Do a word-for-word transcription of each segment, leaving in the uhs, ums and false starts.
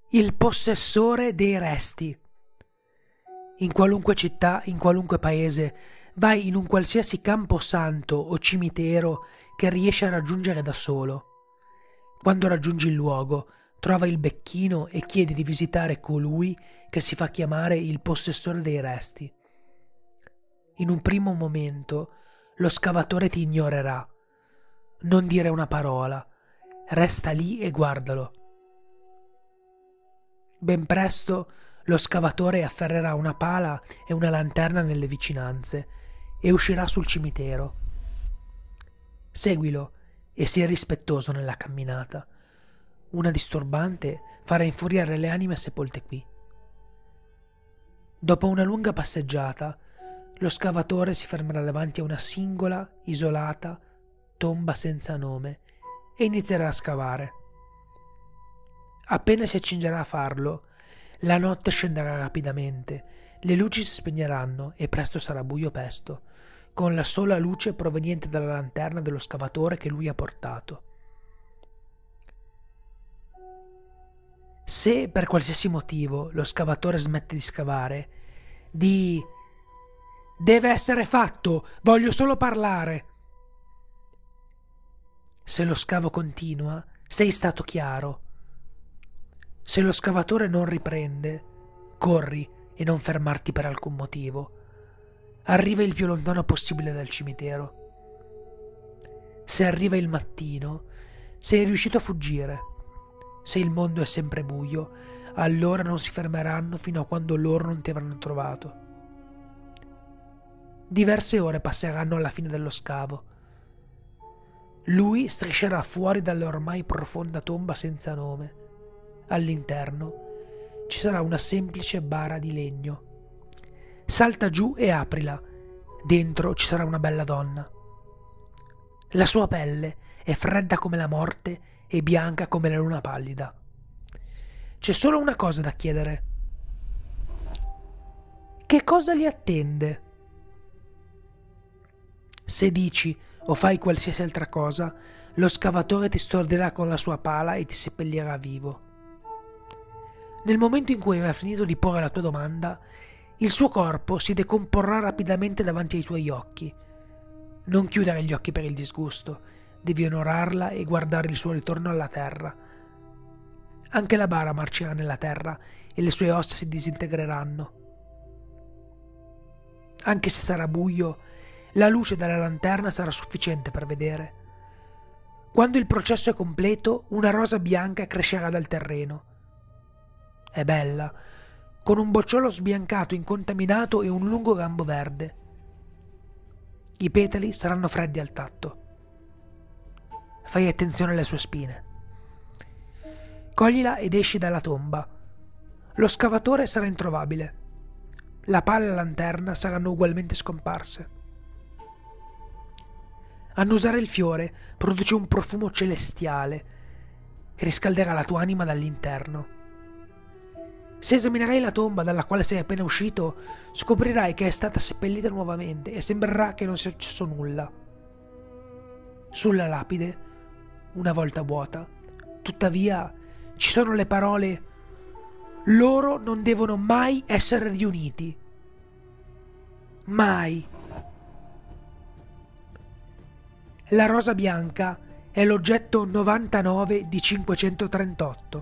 Il possessore dei resti. In qualunque città, in qualunque paese, vai in un qualsiasi camposanto o cimitero che riesci a raggiungere da solo. Quando raggiungi il luogo, trova il becchino e chiedi di visitare colui che si fa chiamare il possessore dei resti. In un primo momento, lo scavatore ti ignorerà. Non dire una parola, resta lì e guardalo. Ben presto lo scavatore afferrerà una pala e una lanterna nelle vicinanze e uscirà sul cimitero. Seguilo e sii rispettoso nella camminata. Una disturbante farà infuriare le anime sepolte qui. Dopo una lunga passeggiata, lo scavatore si fermerà davanti a una singola, isolata tomba senza nome e inizierà a scavare. Appena si accingerà a farlo, la notte scenderà rapidamente, le luci si spegneranno e presto sarà buio pesto, con la sola luce proveniente dalla lanterna dello scavatore che lui ha portato. Se per qualsiasi motivo lo scavatore smette di scavare, di «Deve essere fatto, voglio solo parlare». Se lo scavo continua, sei stato chiaro. Se lo scavatore non riprende, corri e non fermarti per alcun motivo. Arriva il più lontano possibile dal cimitero. Se arriva il mattino, sei riuscito a fuggire. Se il mondo è sempre buio, allora non si fermeranno fino a quando loro non ti avranno trovato. Diverse ore passeranno alla fine dello scavo. Lui striscerà fuori dalla ormai profonda tomba senza nome. All'interno ci sarà una semplice bara di legno. Salta giù e aprila. Dentro ci sarà una bella donna. La sua pelle è fredda come la morte e bianca come la luna pallida. C'è solo una cosa da chiedere. Che cosa li attende? Se dici o fai qualsiasi altra cosa, lo scavatore ti stordirà con la sua pala e ti seppellirà vivo. Nel momento in cui avrai finito di porre la tua domanda, il suo corpo si decomporrà rapidamente davanti ai tuoi occhi. Non chiudere gli occhi per il disgusto, devi onorarla e guardare il suo ritorno alla terra. Anche la bara marcerà nella terra e le sue ossa si disintegreranno. Anche se sarà buio, la luce della lanterna sarà sufficiente per vedere. Quando il processo è completo, una rosa bianca crescerà dal terreno. È bella, con un bocciolo sbiancato incontaminato e un lungo gambo verde. I petali saranno freddi al tatto. Fai attenzione alle sue spine. Coglila ed esci dalla tomba. Lo scavatore sarà introvabile. La pala e la lanterna saranno ugualmente scomparse. Annusare il fiore produce un profumo celestiale che riscalderà la tua anima dall'interno. Se esaminerai la tomba dalla quale sei appena uscito, scoprirai che è stata seppellita nuovamente e sembrerà che non sia successo nulla. Sulla lapide, una volta vuota, tuttavia, ci sono le parole «Loro non devono mai essere riuniti». Mai. La rosa bianca è l'oggetto novantanove di cinquecentotrentotto.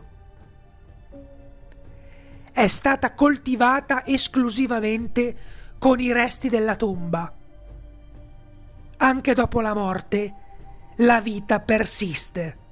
È stata coltivata esclusivamente con i resti della tomba. Anche dopo la morte, la vita persiste.